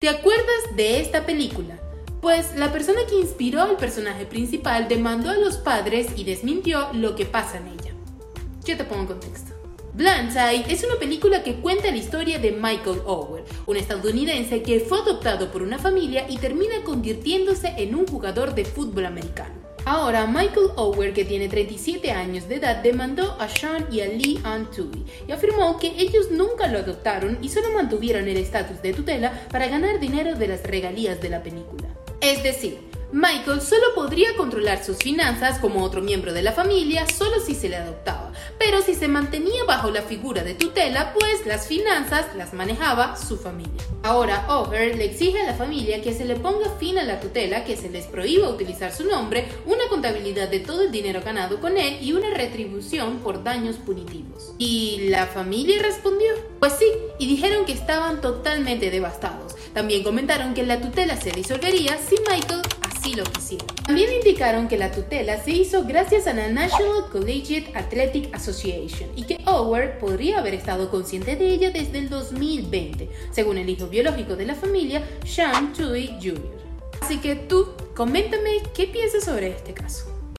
¿Te acuerdas de esta película? Pues la persona que inspiró al personaje principal demandó a los padres y desmintió lo que pasa en ella. Yo te pongo en contexto. Blindside es una película que cuenta la historia de Michael Oher, un estadounidense que fue adoptado por una familia y termina convirtiéndose en un jugador de fútbol americano. Ahora, Michael Oher, que tiene 37 años de edad, demandó a Sean y a Lee Ann Tui y afirmó que ellos nunca lo adoptaron y solo mantuvieron el estatus de tutela para ganar dinero de las regalías de la película. Es decir, Michael solo podría controlar sus finanzas como otro miembro de la familia solo si se le adoptaba, pero si se mantenía bajo la figura de tutela, pues las finanzas las manejaba su familia. Ahora Oher le exige a la familia que se le ponga fin a la tutela, que se les prohíba utilizar su nombre, una contabilidad de todo el dinero ganado con él y una retribución por daños punitivos. ¿Y la familia respondió? Pues sí, y dijeron que estaban totalmente devastados. También comentaron que la tutela se disolvería si Michael así lo quisiera. También indicaron que la tutela se hizo gracias a la National Collegiate Athletic Association y que Oher podría haber estado consciente de ella desde el 2020, según el hijo biológico de la familia, Sean Tui Jr. Así que tú, coméntame qué piensas sobre este caso.